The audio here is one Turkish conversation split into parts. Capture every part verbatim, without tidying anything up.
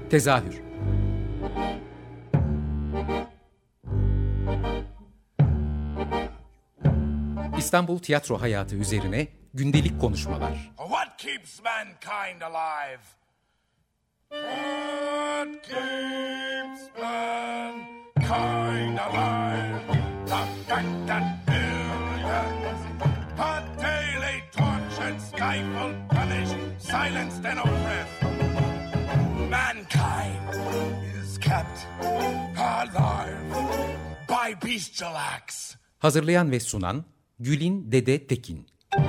Tezahür. İstanbul tiyatro hayatı üzerine gündelik konuşmalar. What keeps mankind alive? What keeps mankind alive? The fact that billions are daily tortured, stifled, punished, silenced and oppressed. Mankind is kept alive by bestial acts. Hazırlayan ve sunan Gülin Dede Tekin.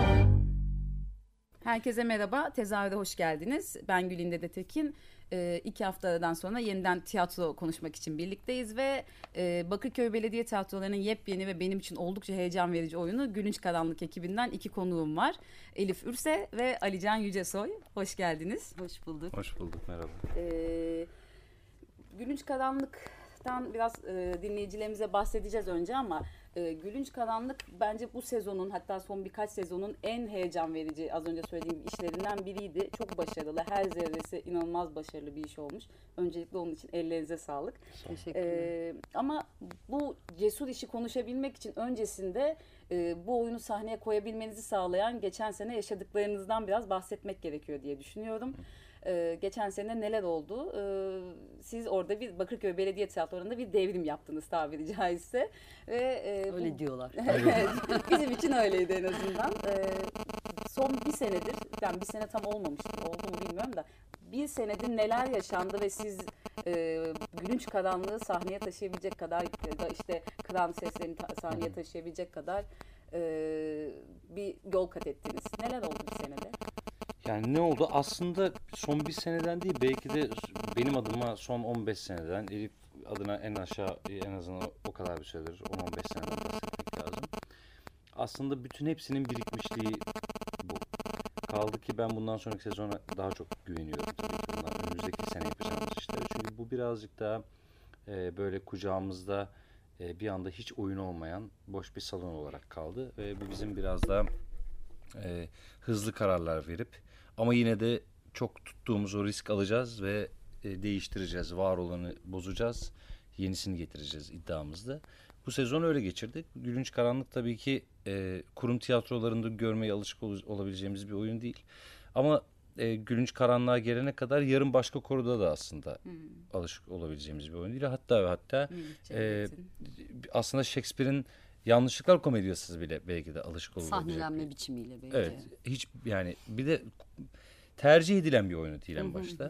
Herkese merhaba, tezahürde hoş geldiniz. Ben Gülin Dede Tekin. E, iki haftadan sonra yeniden tiyatro konuşmak için birlikteyiz ve e, Bakırköy Belediye Tiyatroları'nın yepyeni ve benim için oldukça heyecan verici oyunu Gülünç Karanlık ekibinden iki konuğum var. Elif Ürse ve Alican Yücesoy. Hoş geldiniz. Hoş bulduk. Hoş bulduk, merhaba. E, Gülünç Karanlık'tan biraz e, dinleyicilerimize bahsedeceğiz önce ama e, Gülünç Karanlık bence bu sezonun, hatta son birkaç sezonun en heyecan verici, az önce söylediğim işlerinden biriydi. Çok başarılı, her zerresi inanılmaz başarılı bir iş olmuş. Öncelikle onun için ellerinize sağlık. Teşekkürler. E, ama bu cesur işi konuşabilmek için öncesinde e, bu oyunu sahneye koyabilmenizi sağlayan geçen sene yaşadıklarınızdan biraz bahsetmek gerekiyor diye düşünüyorum. Ee, geçen sene neler oldu? Ee, siz orada bir Bakırköy Belediye Tiyatroları'nda bir devrim yaptınız tabiri caizse. Ve, e, Öyle bu, diyorlar. Evet, bizim için öyleydi en azından. Ee, son bir senedir, yani bir sene tam olmamıştı, oldu mu bilmiyorum da, bir senedir neler yaşandı ve siz e, Gülünç Karanlığı sahneye taşıyabilecek kadar, ya da işte kıran seslerini ta- sahneye taşıyabilecek kadar e, bir yol kat ettiniz. Neler oldu bir senede? Yani ne oldu? Aslında son bir seneden değil, belki de benim adıma son on beş seneden, Elif adına en aşağı en azından o kadar bir süredir, on on beş seneden bahsetmek lazım. Aslında bütün hepsinin birikmişliği bu. Kaldı ki ben bundan sonraki sezona daha çok güveniyorum tabii ki. Bundan önümüzdeki sene yapacağımız işlere. Çünkü bu birazcık daha e, böyle kucağımızda e, bir anda hiç oyun olmayan boş bir salon olarak kaldı. Ve bu bizim biraz daha e, hızlı kararlar verip ama yine de çok tuttuğumuz o risk alacağız ve e, değiştireceğiz. Var olanı bozacağız. Yenisini getireceğiz iddiamızda. Bu sezon öyle geçirdik. Gülünç Karanlık tabii ki e, kurum tiyatrolarında görmeye alışık ol- olabileceğimiz bir oyun değil. Ama e, Gülünç Karanlık'a gelene kadar yarın başka konuda da aslında hmm. alışık olabileceğimiz bir oyun değil. Hatta ve hatta Hmm, e, aslında Shakespeare'in Yanlışlıklar Komedyası bile belki de alışık olabilecek. Sahnelenme biçimiyle belki. Evet. Hiç yani bir de tercih edilen bir oyunu değil en başta.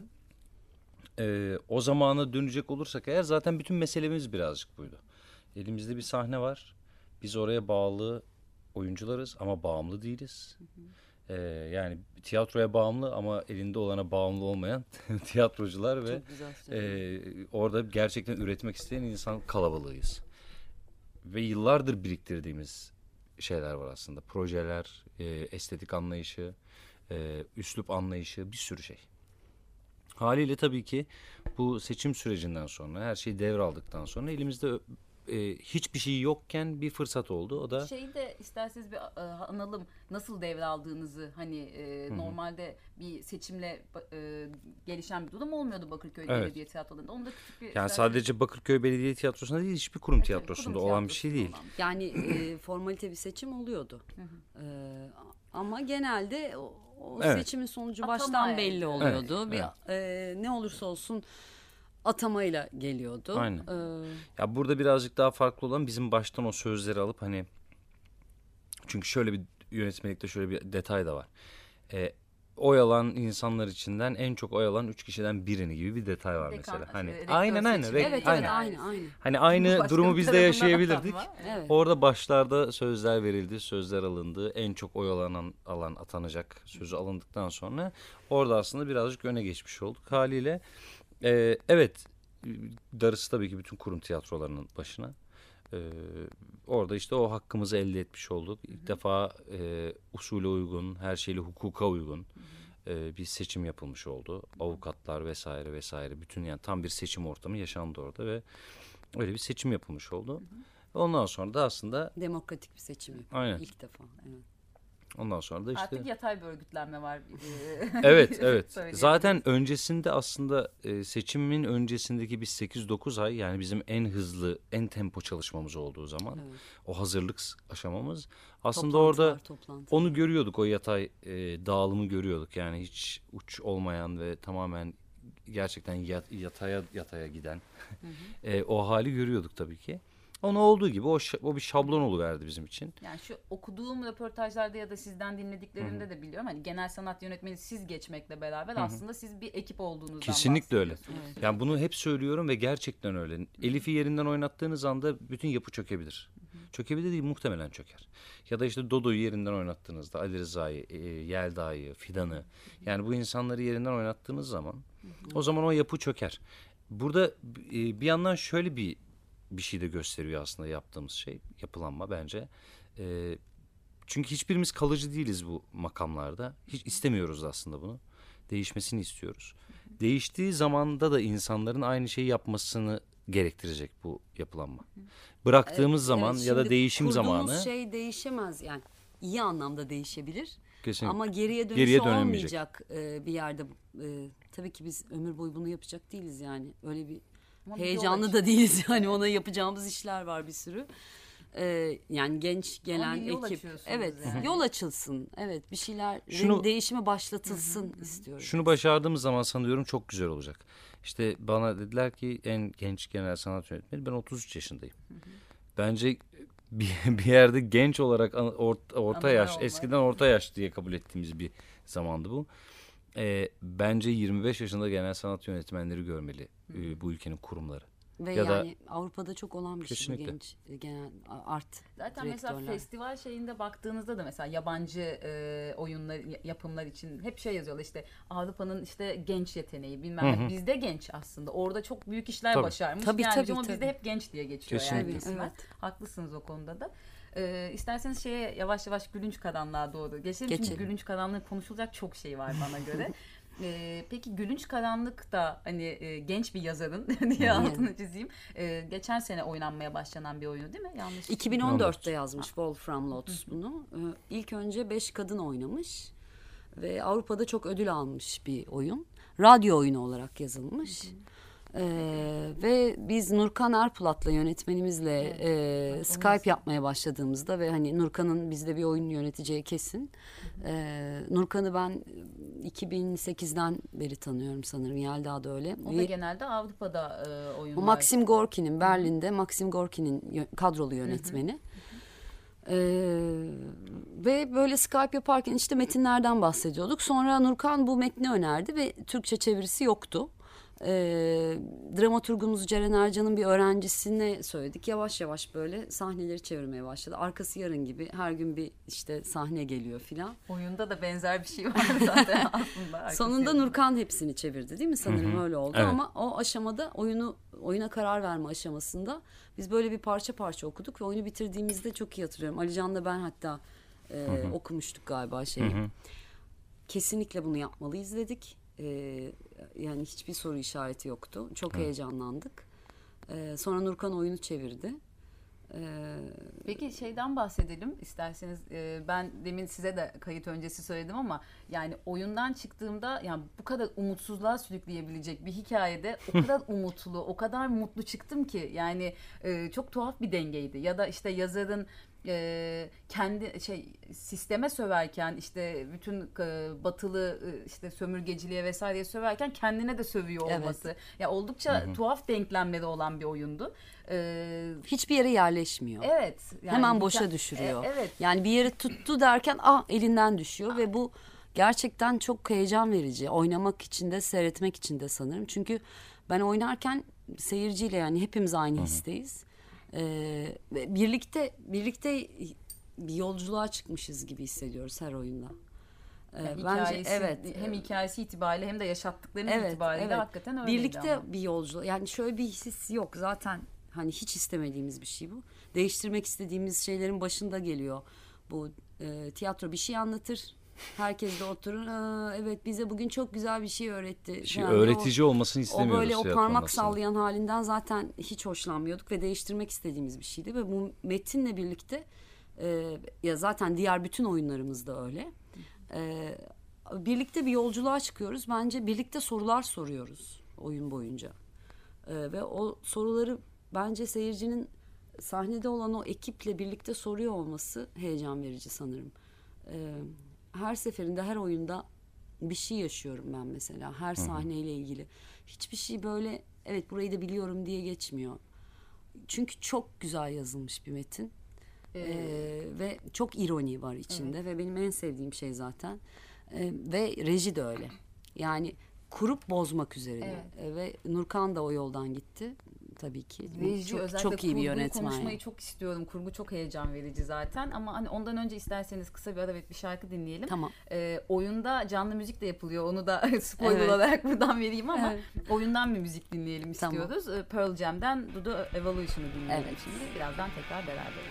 Ee, o zamana dönecek olursak eğer zaten bütün meselemiz birazcık buydu. Elimizde bir sahne var. Biz oraya bağlı oyuncularız ama bağımlı değiliz. Ee, yani tiyatroya bağımlı ama elinde olana bağımlı olmayan tiyatrocular ve e, orada gerçekten üretmek isteyen insan kalabalığıyız. Ve yıllardır biriktirdiğimiz şeyler var aslında. Projeler, e, estetik anlayışı, e, üslup anlayışı, bir sürü şey. Haliyle tabii ki bu seçim sürecinden sonra, her şeyi devraldıktan sonra elimizde e, hiçbir şey yokken bir fırsat oldu. O da Şeyi de isterseniz bir e, analım, nasıl devraldığınızı. Hani e, normalde bir seçimle e, gelişen bir durum olmuyordu Bakırköy Evet. Belediye Tiyatroları'nda. Onu da küçük bir yani isterseniz... sadece Bakırköy Belediye Tiyatrosu'nda değil, hiçbir kurum Evet, tiyatrosunda kurum olan bir şey değil. olan. Yani e, formalite bir seçim oluyordu. E, ama genelde o, o Evet. seçimin sonucu Atama baştan yani. belli oluyordu. Evet, Bir, evet. e, ne olursa olsun atamayla geliyordu. Aynen. E, Ya burada birazcık daha farklı olan bizim baştan o sözleri alıp hani, çünkü şöyle bir yönetmelikte şöyle bir detay da var. Ee, oy alan insanlar içinden en çok oy alan üç kişiden birini gibi bir detay var Dekan, mesela. Hani rektör aynen aynen. seçimi. Rek- evet evet aynen. aynı aynı. Hani aynı Başka durumu bir biz de tarafından yaşayabilirdik. atanma. Evet. Orada başlarda sözler verildi, sözler alındı. En çok oy alan alan atanacak sözü alındıktan sonra orada aslında birazcık öne geçmiş olduk. Haliyle e, evet, darısı tabii ki bütün kurum tiyatrolarının başına. Ee, orada işte o hakkımızı elde etmiş olduk. İlk Hı-hı. defa e, usule uygun, her şeyle hukuka uygun e, bir seçim yapılmış oldu. Avukatlar vesaire vesaire, bütün yani tam bir seçim ortamı yaşandı orada ve öyle bir seçim yapılmış oldu. Hı-hı. Ondan sonra da aslında demokratik bir seçim yapıldı aynen. ilk defa. Evet. Ondan sonra da işte... Artık yatay bir örgütlenme var. Evet, evet. Zaten öncesinde aslında e, seçimin öncesindeki bir sekiz dokuz ay, yani bizim en hızlı, en tempo çalışmamız olduğu zaman, evet. O hazırlık aşamamız. Aslında Toplantılar, orada toplantılar. Onu görüyorduk, o yatay e, dağılımı görüyorduk. Yani hiç uç olmayan ve tamamen gerçekten yat, yataya yataya giden hı hı. e, o hali görüyorduk tabii ki. Onu olduğu gibi o, o bir şablon oluverdi bizim için. Yani şu okuduğum röportajlarda ya da sizden dinlediklerimde Hı-hı. de biliyorum. Hani genel sanat yönetmeni siz geçmekle beraber Hı-hı. aslında siz bir ekip olduğunuzdan kesinlikle öyle. Evet. Yani bunu hep söylüyorum ve gerçekten öyle. Hı-hı. Elif'i yerinden oynattığınız anda bütün yapı çökebilir. Hı-hı. Çökebilir değil, muhtemelen çöker. Ya da işte Dodo'yu yerinden oynattığınızda, Ali Rıza'yı, e, Yelda'yı, Fidan'ı. Hı-hı. Yani bu insanları yerinden oynattığınız zaman Hı-hı. o zaman o yapı çöker. Burada e, bir yandan şöyle bir bir şey de gösteriyor aslında yaptığımız şey, yapılanma bence. E, çünkü hiçbirimiz kalıcı değiliz bu makamlarda. Hiç istemiyoruz aslında bunu. Değişmesini istiyoruz. Değiştiği zamanda da insanların aynı şeyi yapmasını gerektirecek bu yapılanma. Bıraktığımız evet, zaman evet, ya da değişim zamanı. Kurduğumuz şey değişemez yani. İyi anlamda değişebilir. Kesinlikle. Ama geriye dönüşü geriye olmayacak e, bir yerde. E, tabii ki biz ömür boyu bunu yapacak değiliz yani. Öyle bir Ama heyecanlı da değiliz yani, ona yapacağımız işler var bir sürü. Ee, yani genç gelen ekip, evet yani. Yol açılsın, evet bir şeyler şunu, değişime başlatılsın hı hı. istiyorum. Şunu başardığımız zaman sanıyorum çok güzel olacak. İşte bana dediler ki en genç genel sanat yönetmeni, ben otuz üç yaşındayım. Hı hı. Bence bir, bir yerde genç olarak orta, orta yaş, olmaz. Eskiden orta yaş diye kabul ettiğimiz bir zamandı bu. Ee, bence yirmi beş yaşında genel sanat yönetmenleri görmeli e, bu ülkenin kurumları. Ve ya yani da, Avrupa'da çok olan bir şey genç genel art zaten direktörler. Mesela festival şeyinde baktığınızda da mesela yabancı e, oyunlar yapımlar için hep şey yazıyorlar, işte Avrupa'nın işte genç yeteneği bilmem ne, bizde genç aslında orada çok büyük işler tabii. başarmış tabii, yani tabii, ama tabii. bizde hep genç diye geçiyor. Kesinlikle. Yani kısmen. Evet. Haklısınız o konuda da. Ee, isterseniz şeye yavaş yavaş Gülünç Karanlığa doğru geçelim. Geçelim. Çünkü Gülünç Karanlığı konuşulacak çok şey var bana göre. Ee, peki Gülünç Karanlık da hani e, genç bir yazarın diye altını çizeyim. Ee, geçen sene oynanmaya başlanan bir oyunu değil mi? Yanlış. iki bin on dörtte yazmış Wolfram Lotus bunu. Ee, ilk önce beş kadın oynamış ve Avrupa'da çok ödül almış bir oyun. Radyo oyunu olarak yazılmış. Hı hı. Ee, ve biz Nurkan Erpulat'la yönetmenimizle evet. e, Skype yapmaya başladığımızda ve hani Nurkan'ın bizde bir oyun yöneteceği kesin. Ee, Nurkan'ı ben iki bin sekizden beri tanıyorum sanırım. Yelda da öyle. O da ve, genelde Avrupa'da e, oyunlar. Maxim Gorki'nin Berlin'de Maxim Gorki'nin kadrolu yönetmeni. Hı hı. Ee, ve böyle Skype yaparken işte metinlerden bahsediyorduk. Sonra Nurkan bu metni önerdi ve Türkçe çevirisi yoktu. E, dramaturgumuz Ceren Ercan'ın bir öğrencisine söyledik. Yavaş yavaş böyle sahneleri çevirmeye başladı. Arkası yarın gibi her gün bir işte sahne geliyor filan. Oyunda da benzer bir şey var zaten aslında. Sonunda Nurkan hepsini çevirdi değil mi? Sanırım Hı-hı. öyle oldu evet. Ama o aşamada oyunu oyuna karar verme aşamasında biz böyle bir parça parça okuduk ve oyunu bitirdiğimizde çok iyi hatırlıyorum. Alican'la ben hatta e, okumuştuk galiba şeyi. Hı-hı. Kesinlikle bunu yapmalıyız dedik. Ee, yani hiçbir soru işareti yoktu. Çok evet. heyecanlandık. Ee, sonra Nurkan oyunu çevirdi. Ee, Peki şeyden bahsedelim isterseniz. Ee, ben demin size de kayıt öncesi söyledim ama yani oyundan çıktığımda yani bu kadar umutsuzluğa sürükleyebilecek bir hikayede o kadar umutlu, o kadar mutlu çıktım ki yani e, çok tuhaf bir dengeydi. Ya da işte yazarın e, kendi şey sisteme söverken işte bütün e, batılı e, işte sömürgeciliğe vesaireye söverken kendine de sövüyor olması. Evet. Ya oldukça Hı-hı. tuhaf denklemleri olan bir oyundu. Ee, Hiçbir yere yerleşmiyor. Evet. Yani hemen boşa hikaye, düşürüyor. E, evet. Yani bir yere tuttu derken ah elinden düşüyor ah. ve bu gerçekten çok heyecan verici. Oynamak için de seyretmek için de sanırım. Çünkü ben oynarken seyirciyle yani hepimiz aynı Hı-hı. histeyiz. Ee, birlikte birlikte bir yolculuğa çıkmışız gibi hissediyoruz her oyunda. Yani bence hikayesi, evet hem hikayesi itibariyle hem de yaşattıkları evet, itibariyle evet. hakikaten öyleydi. Birlikte ama. bir yolculuk. Yani şöyle bir his yok zaten. Hani hiç istemediğimiz bir şey bu. Değiştirmek istediğimiz şeylerin başında geliyor. Bu e, tiyatro bir şey anlatır. Herkes de oturur. Evet bize bugün çok güzel bir şey öğretti. Şey, yani öğretici o, olmasını istemiyoruz. O böyle o parmak sallayan halinden zaten hiç hoşlanmıyorduk ve değiştirmek istediğimiz bir şeydi. Ve bu metinle birlikte E, ya zaten diğer bütün oyunlarımız da öyle. E, birlikte bir yolculuğa çıkıyoruz. Bence birlikte sorular soruyoruz oyun boyunca. E, ve o soruları bence seyircinin sahnede olan o ekiple birlikte soruyor olması heyecan verici sanırım. E, her seferinde, her oyunda bir şey yaşıyorum ben mesela. Her sahneyle ilgili. Hiçbir şey böyle evet burayı da biliyorum diye geçmiyor. Çünkü çok güzel yazılmış bir metin. Ee, ve çok ironi var içinde. Evet. Ve benim en sevdiğim şey zaten. Ee, ve reji de öyle. Yani kurup bozmak üzerine. Evet. Ee, ve Nurkan da o yoldan gitti. Tabii ki. Reji, çok, özellikle çok iyi bir yönetmen. Konuşmayı yani. çok istiyorum. Kurgu çok heyecan verici zaten. Ama hani ondan önce isterseniz kısa bir ara bir şarkı dinleyelim. Tamam. Ee, oyunda canlı müzik de yapılıyor. Onu da spoiler evet. olarak buradan vereyim ama evet. oyundan bir müzik dinleyelim istiyoruz. Tamam. Pearl Jam'den Do The Evolution'ı dinleyelim evet. şimdi. Birazdan tekrar beraberiz.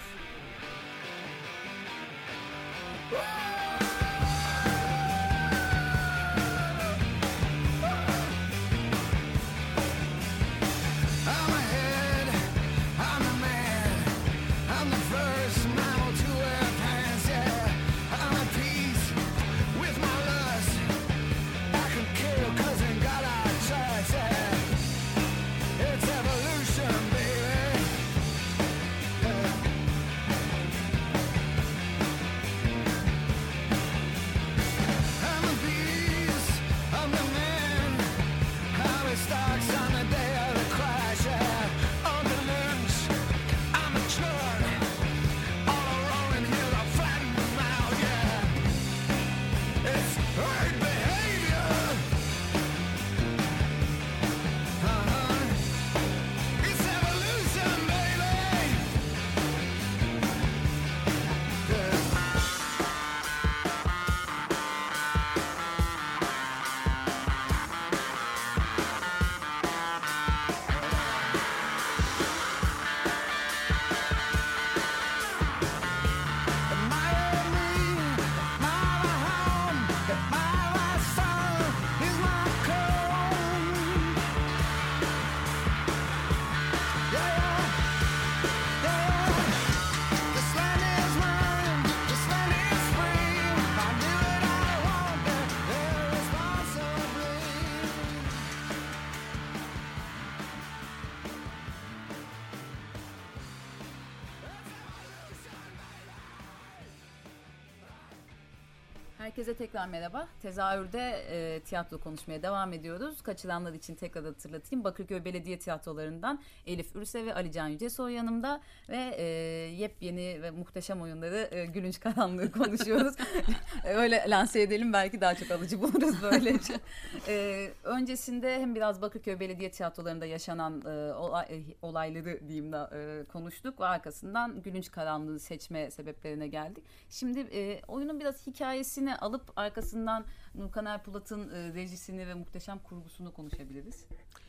Herkese tekrar merhaba. Tezahürde e, tiyatro konuşmaya devam ediyoruz. Kaçıranlar için tekrar hatırlatayım. Bakırköy Belediye Tiyatroları'ndan Elif Ürse ve Alican Yücesoy yanımda ve e, yepyeni ve muhteşem oyunları e, Gülünç Karanlığı konuşuyoruz. Öyle lanse edelim, belki daha çok alıcı buluruz böylece. E, öncesinde hem biraz Bakırköy Belediye Tiyatroları'nda yaşanan e, olay, olayları diyeyim de e, konuştuk ve arkasından Gülünç Karanlığı seçme sebeplerine geldik. Şimdi e, oyunun biraz hikayesini alıp arkasından Nurkan Erpulat'ın e, rejisini ve muhteşem kurgusunu konuşabiliriz.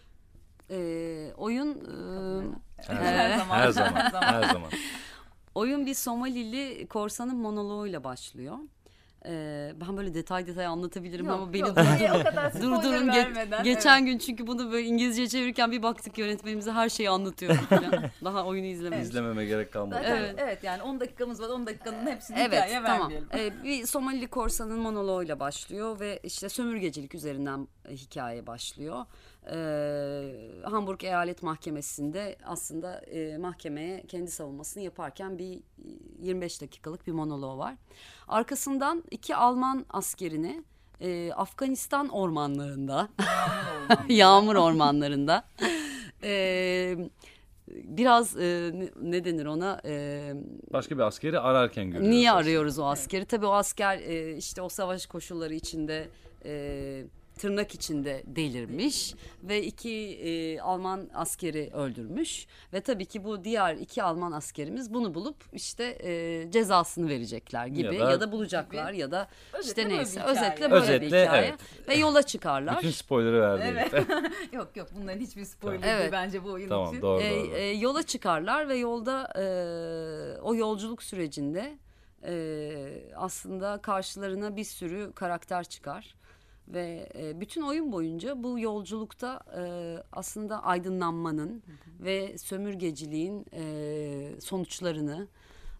E, oyun e, her, zaman, her zaman her zaman her zaman. Oyun bir Somalili korsanın monoloğuyla başlıyor. Ee, ben böyle detay detay anlatabilirim yok, ama beni yok, durdurun. durdurun. Ge- geçen evet. gün çünkü bunu böyle İngilizce çevirirken bir baktık yönetmenimize her şeyi anlatıyorum falan. Daha oyunu izlememiş. Evet. İzlememe gerek kalmadı. Zaten, evet. evet yani on dakikamız var. on dakikanın hepsini evet, hikayeye tamam. vermeyelim. Ee, bir Somalili korsanın monoloğuyla başlıyor ve işte sömürgecilik üzerinden hikaye başlıyor. Ee, Hamburg Eyalet Mahkemesi'nde aslında e, mahkemeye kendi savunmasını yaparken bir yirmi beş dakikalık bir monoloğu var. Arkasından iki Alman askerini e, Afganistan ormanlarında, yağmur ormanlarında e, biraz e, ne denir ona? E, Başka bir askeri ararken görüyoruz. Niye arıyoruz o askeri? Evet. Tabii o asker e, işte o savaş koşulları içinde e, tırnak içinde delirmiş ve iki e, Alman askeri öldürmüş ve tabii ki bu diğer iki Alman askerimiz bunu bulup işte e, cezasını verecekler gibi ya da, ya da bulacaklar gibi. Ya da işte özetle neyse özetle böyle özetle, bir hikaye evet. Ve yola çıkarlar. Bütün spoiler'ı verdi. Evet. yok yok bunların hiçbir spoiler değil evet. bence bu oyun tamam, için. Doğru, e, doğru. E, yola çıkarlar ve yolda e, o yolculuk sürecinde e, aslında karşılarına bir sürü karakter çıkar. Ve e, bütün oyun boyunca bu yolculukta e, aslında aydınlanmanın hı hı. ve sömürgeciliğin e, sonuçlarını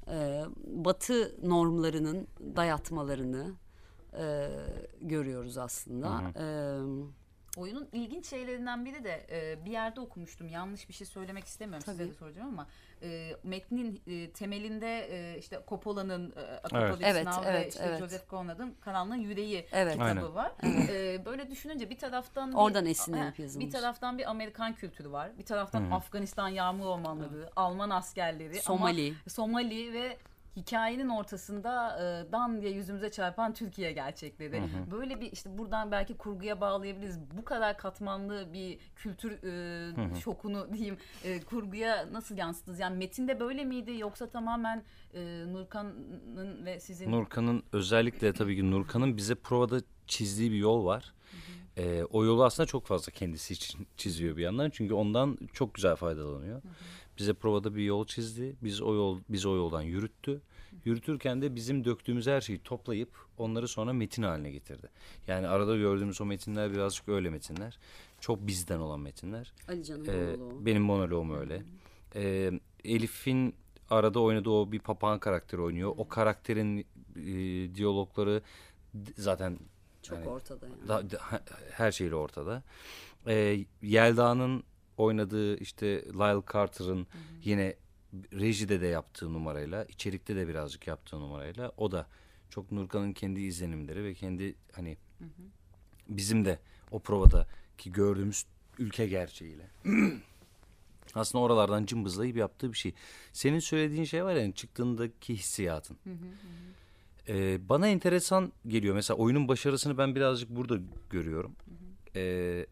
e, Batı normlarının dayatmalarını e, görüyoruz aslında. E, Oyunun ilginç şeylerinden biri de e, bir yerde okumuştum. Yanlış bir şey söylemek istemiyorum. Tabii. Size de soracağım ama e, metnin e, temelinde e, işte Coppola'nın e, Apocalypse Evet, Now evet, ve işte evet. Joseph Conrad'ın Karanlığın Yüreği Evet. kitabı Aynen. var. E, böyle düşününce bir taraftan bir, Oradan esinlenip Ha, yazılmış. bir taraftan bir Amerikan kültürü var. Bir taraftan Hı hı. Afganistan yağmur ormanları, Alman askerleri, Somali. ama Somali ve hikayenin ortasında e, dan diye yüzümüze çarpan Türkiye gerçekleri. Hı hı. Böyle bir işte buradan belki kurguya bağlayabiliriz. Bu kadar katmanlı bir kültür e, Hı hı. şokunu diyeyim e, kurguya nasıl yansıttınız? Yani metinde böyle miydi yoksa tamamen e, Nurkan'ın ve sizin... Nurkan'ın özellikle tabii ki Nurkan'ın bize provada çizdiği bir yol var. Ee, o yolu aslında çok fazla kendisi için çiziyor bir yandan. Çünkü ondan çok güzel faydalanıyor. Hı hı. Bize provada bir yol çizdi. Biz o yol biz o yoldan yürüttü. Hı hı. Yürütürken de bizim döktüğümüz her şeyi toplayıp onları sonra metin haline getirdi. Yani arada gördüğümüz o metinler birazcık öyle metinler. Çok bizden olan metinler. Ali Can'ın Ee, monoloğu. benim monoloğum öyle. Ee, Elif'in arada oynadığı o bir papağan karakteri oynuyor. O karakterin e, diyalogları d- zaten Çok yani ortada yani. da- da- her şeyle ortada. Ee, Yelda'nın oynadığı işte Lyle Carter'ın hı hı. yine rejide de yaptığı numarayla, içerikte de birazcık yaptığı numarayla, o da çok Nurkan'ın kendi izlenimleri ve kendi hani hı hı. bizim de o provadaki gördüğümüz ülke gerçeğiyle. Aslında oralardan cımbızlayıp yaptığı bir şey. Senin söylediğin şey var yani çıktığındaki hissiyatın. Hı hı hı. Ee, bana enteresan geliyor. Mesela oyunun başarısını ben birazcık burada görüyorum. Hı hı. Ee,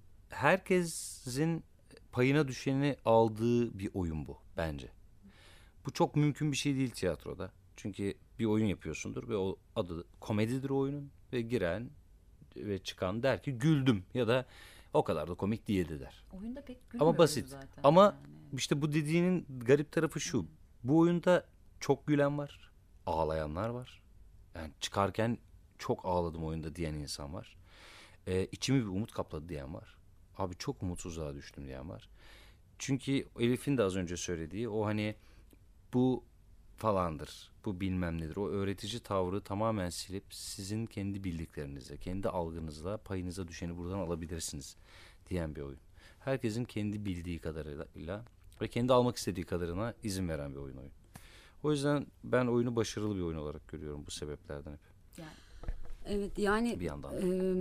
herkesin payına düşeni aldığı bir oyun bu bence. Bu çok mümkün bir şey değil tiyatroda. Çünkü bir oyun yapıyorsundur ve o adı komedidir o oyunun ve giren ve çıkan der ki güldüm ya da o kadar da komik değildi der. Oyunda pek ama basit. Zaten. Ama yani. işte bu dediğinin garip tarafı şu. Hı. Bu oyunda çok gülen var, ağlayanlar var. Yani çıkarken çok ağladım oyunda diyen insan var. Ee, içimi bir umut kapladı diyen var. Abi çok umutsuzluğa düştüm diyen var. Çünkü Elif'in de az önce söylediği o hani bu falandır, bu bilmem nedir. O öğretici tavrı tamamen silip sizin kendi bildiklerinize, kendi algınızla payınıza düşeni buradan alabilirsiniz diyen bir oyun. Herkesin kendi bildiği kadarıyla ve kendi almak istediği kadarına izin veren bir oyun oyun. O yüzden ben oyunu başarılı bir oyun olarak görüyorum bu sebeplerden hep. Yani. Evet yani bir yandan. E,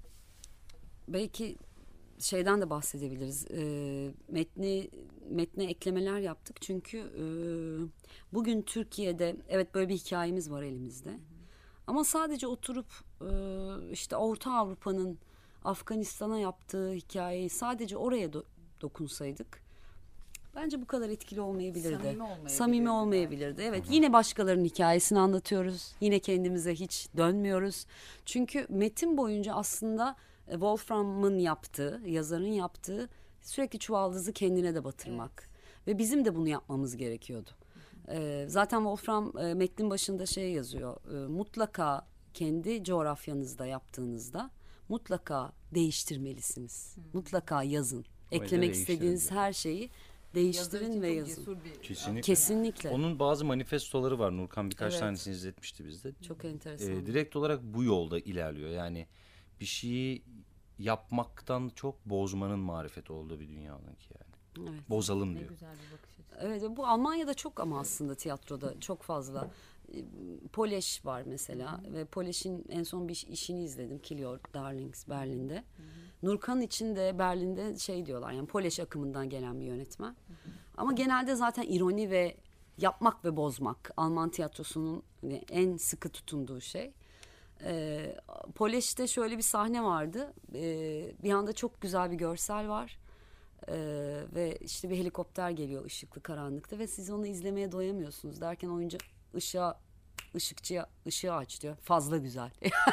belki şeyden de bahsedebiliriz. E, metni metne eklemeler yaptık çünkü e, bugün Türkiye'de evet böyle bir hikayemiz var elimizde. Hı hı. Ama sadece oturup e, işte Orta Avrupa'nın Afganistan'a yaptığı hikayeyi sadece oraya do- dokunsaydık bence bu kadar etkili olmayabilirdi. Samimi olmayabilirdi. Samimi olmayabilirdi. Evet, hı hı. Yine başkalarının hikayesini anlatıyoruz. Yine kendimize hiç dönmüyoruz. Çünkü metin boyunca aslında Wolfram'ın yaptığı, yazarın yaptığı sürekli çuvaldızı kendine de batırmak. Evet. Ve bizim de bunu yapmamız gerekiyordu. Hı hı. Ee, zaten Wolfram e, metnin başında şey yazıyor. E, mutlaka kendi coğrafyanızda yaptığınızda mutlaka değiştirmelisiniz. Hı. Mutlaka yazın. Eklemek istediğiniz her şeyi değiştirin ve yazın. Kesinlikle. Kesinlikle. Onun bazı manifestoları var. Nurkan birkaç evet. tanesini izletmişti bizde. Çok enteresan. Ee, direkt olarak bu yolda ilerliyor. Yani bir şeyi yapmaktan çok bozmanın marifeti olduğu bir dünyanınki yani. Evet. Bozalım ne diyor. Güzel bir bakış açısı. Evet, bu Almanya'da çok ama aslında tiyatroda çok fazla. Poleş var mesela Hı-hı. ve Poleş'in en son bir işini izledim. Kill Your Darlings Berlin'de. Hı-hı. Nurkan için de Berlin'de şey diyorlar yani Poleş akımından gelen bir yönetmen. Hı-hı. Ama genelde zaten ironi ve yapmak ve bozmak Alman tiyatrosunun en sıkı tutunduğu şey. Ee, Poleş'te şöyle bir sahne vardı. Ee, bir anda çok güzel bir görsel var. Ee, ve işte bir helikopter geliyor ışıklı karanlıkta ve siz onu izlemeye doyamıyorsunuz derken oyuncu ışığa ışıkçıya ışığı aç diyor. Fazla güzel.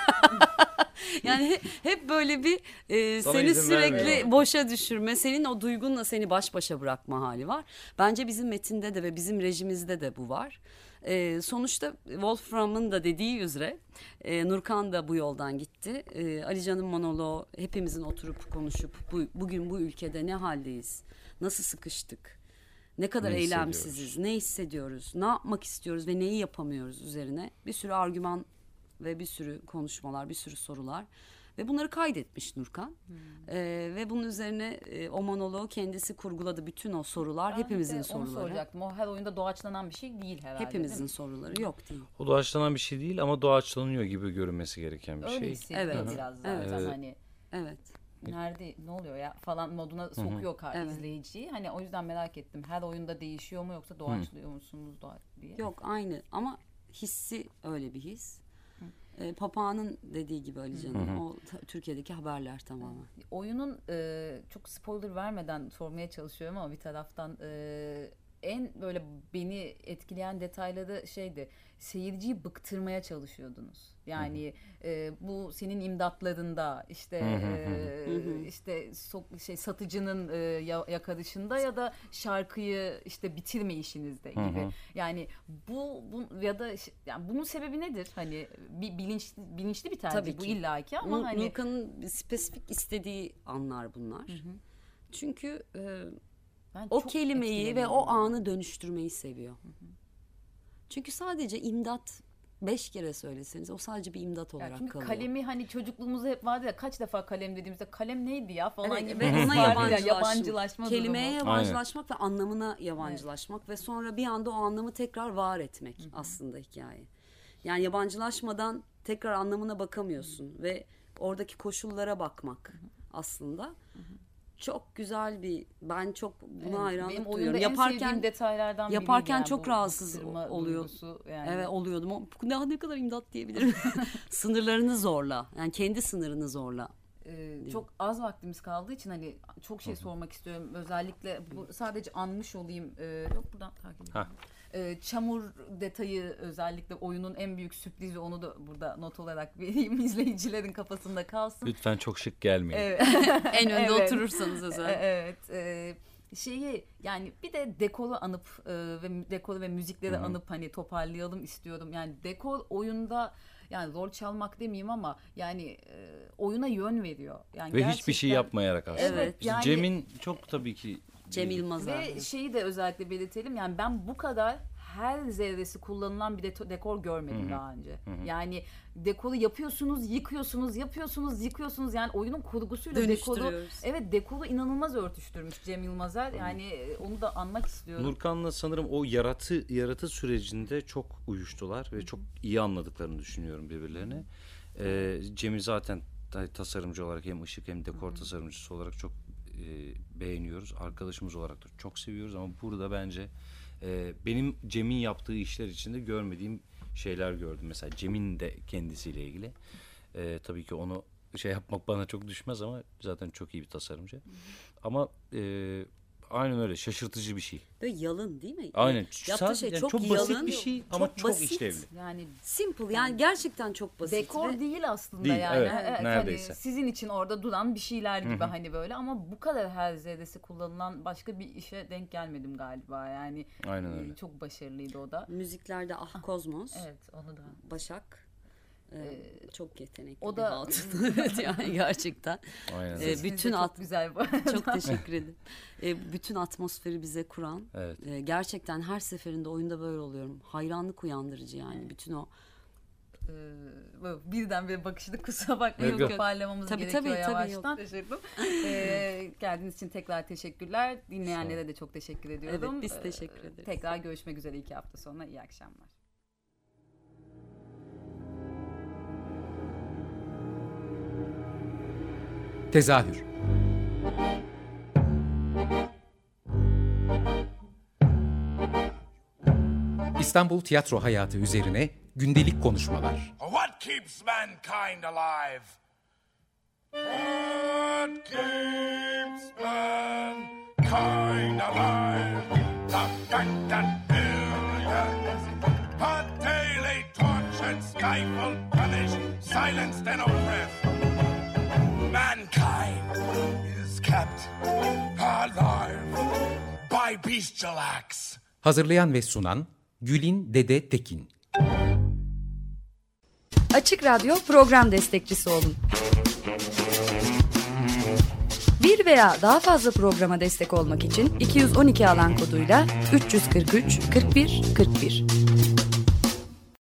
Yani hep böyle bir e, seni sürekli vermiyor. Boşa düşürme, senin o duygunla seni baş başa bırakma hali var. Bence bizim metinde de ve bizim rejimizde de bu var. E, sonuçta Wolfram'ın da dediği üzere e, Nurkan da bu yoldan gitti. E, Ali Can'ın monoloğu hepimizin oturup konuşup bu, bugün bu ülkede ne haldeyiz, nasıl sıkıştık, Ne kadar Ne eylemsiziz, ne hissediyoruz, ne yapmak istiyoruz ve neyi yapamıyoruz üzerine bir sürü argüman ve bir sürü konuşmalar, bir sürü sorular. Ve bunları kaydetmiş Nurkan. Hmm. Ee, ve bunun üzerine e, o monoloğu kendisi kurguladı. Bütün o sorular Ben hepimizin de soruları. Onu soracaktım. O her oyunda doğaçlanan bir şey değil herhalde. Hepimizin soruları yok değil. O doğaçlanan bir şey değil ama doğaçlanıyor gibi görünmesi gereken bir Öyle şey. hissediyor Evet. biraz zaten Evet. hani. Evet. Nerede ne oluyor ya falan moduna sokuyor kar Evet. izleyiciyi. Hani o yüzden merak ettim. Her oyunda değişiyor mu yoksa doğaçlıyor musunuz doğa diye. Yok aynı ama hissi öyle bir his. E, Papağan'ın dediği gibi Ali Can'ın o ta- Türkiye'deki haberler tamamen. Oyunun e, çok spoiler vermeden sormaya çalışıyorum ama bir taraftan e, en böyle beni etkileyen detayları şeydi. Seyirciyi bıktırmaya çalışıyordunuz. Yani e, bu senin imdatlarında işte e, işte so- şey satıcının e, ya- yakarışında ya da şarkıyı işte bitirme işinizde gibi. Yani bu, bu ya da ş- yani bunun sebebi nedir? Hani bir bilinç bilinçli bir tercih Tabii bu ki. illaki ama Nur- hani Nurkan'ın spesifik istediği anlar bunlar. Çünkü e, ben o çok kelimeyi ve etkileniyorum. o anı dönüştürmeyi seviyor. Çünkü sadece imdat beş kere söyleseniz o sadece bir imdat Yani olarak çünkü kalıyor. kalemi hani çocukluğumuzda hep vardı ya kaç defa kalem dediğimizde kalem neydi ya falan Evet, gibi ve bir his ona vardı ya, yabancılaşma, yabancılaşma kelimeye durumu. yabancılaşmak ve anlamına yabancılaşmak ve sonra bir anda o anlamı tekrar var etmek aslında hikaye. Yani yabancılaşmadan tekrar anlamına bakamıyorsun ve oradaki koşullara bakmak aslında çok güzel bir, ben çok buna Evet, hayranlık benim duyuyorum. oyunda en Yaparken sevdiğim detaylardan biriydi yaparken yani çok bu rahatsız bıktırma oluyor. duygusu yani. Evet oluyordum. O- Ne, ne kadar imdat diyebilirim. Sınırlarını zorla. Yani kendi sınırını zorla. Ee, çok az vaktimiz kaldığı için hani çok şey sormak istiyorum. Özellikle bu sadece anmış olayım. Ee, yok buradan takip edeyim. Ha. Ee, çamur detayı özellikle oyunun en büyük sürprizi, onu da burada not olarak vereyim izleyicilerin kafasında kalsın. Lütfen çok şık gelmeyin. Evet. En önde Evet. oturursanız özel. E- Evet. e, şeyi yani bir de dekoru anıp e, ve dekoru ve müzikleri anıp hani toparlayalım istiyorum. Yani dekor oyunda yani rol çalmak demeyeyim ama yani e, oyuna yön veriyor. Yani Ve hiçbir şey gerçekten- yapmayarak aslında. Evet, yani- Cem'in çok tabii ki Cem Yılmaz'a. Ve şeyi de özellikle belirtelim, yani ben bu kadar her zerresi kullanılan bir de- dekor görmedim daha önce. Yani dekoru yapıyorsunuz, yıkıyorsunuz, yapıyorsunuz, yıkıyorsunuz. Yani oyunun kurgusuyla dekoru, Dönüştürüyoruz. evet dekoru inanılmaz örtüştürmüş Cem Yılmazer. Yani e, onu da anmak istiyorum. Nurkan'la sanırım o yaratı yaratı sürecinde çok uyuştular ve çok iyi anladıklarını düşünüyorum birbirlerini. Ee, Cem'i zaten tasarımcı olarak hem ışık hem dekor tasarımcısı olarak çok e, beğeniyoruz. Arkadaşımız olarak da çok seviyoruz ama burada bence e, benim Cem'in yaptığı işler içinde görmediğim şeyler gördüm. Mesela Cem'in de kendisiyle ilgili. E, tabii ki onu şey yapmak bana çok düşmez ama zaten çok iyi bir tasarımcı. Ama e, aynen öyle, şaşırtıcı bir şey. Böyle yalın değil mi? Aynen. Yaptığı Sadece şey yani çok, çok yalın, basit bir şey ama çok basit. işlevli. Yani Simple yani gerçekten çok basit. dekor ve değil aslında Değil, yani. evet, hani neredeyse. sizin için orada duran bir şeyler gibi hani böyle, ama bu kadar her zerresi kullanılan başka bir işe denk gelmedim galiba. Yani Aynen e, öyle. çok başarılıydı o da. müziklerde Ah Kozmos, Evet, onu da. Başak e, çok yetenekli o bir da- hatun. Evet yani gerçekten. Aynen E, öyle. Sesiniz de bütün çok at güzel bu arada. çok teşekkür ederim. E, bütün atmosferi bize kuran. Evet. e, gerçekten her seferinde oyunda böyle oluyorum. Hayranlık uyandırıcı yani bütün o. Ee, böyle birdenbire bakışını kusura bakmayın, Yok, yok. toparlamamız Tabii, gerekiyor tabii, tabii, yavaştan. Teşekkür ee, geldiğiniz için tekrar teşekkürler. Dinleyenlere de çok teşekkür ediyorum. Evet, biz Ee, teşekkür ederiz. Tekrar görüşmek üzere iki hafta sonra. İyi akşamlar. Tezahür. İstanbul tiyatro hayatı üzerine gündelik konuşmalar. What keeps mankind alive? What keeps mankind alive? The fact that billions are daily tortured, stifled, punished, silenced, and oppressed. Mankind is kept alive by bestial acts. Hazırlayan ve sunan Gülin Dede Tekin. Açık Radyo program destekçisi olun. Bir veya daha fazla programa destek olmak için iki yüz on iki alan koduyla üç yüz kırk üç kırk bir kırk bir.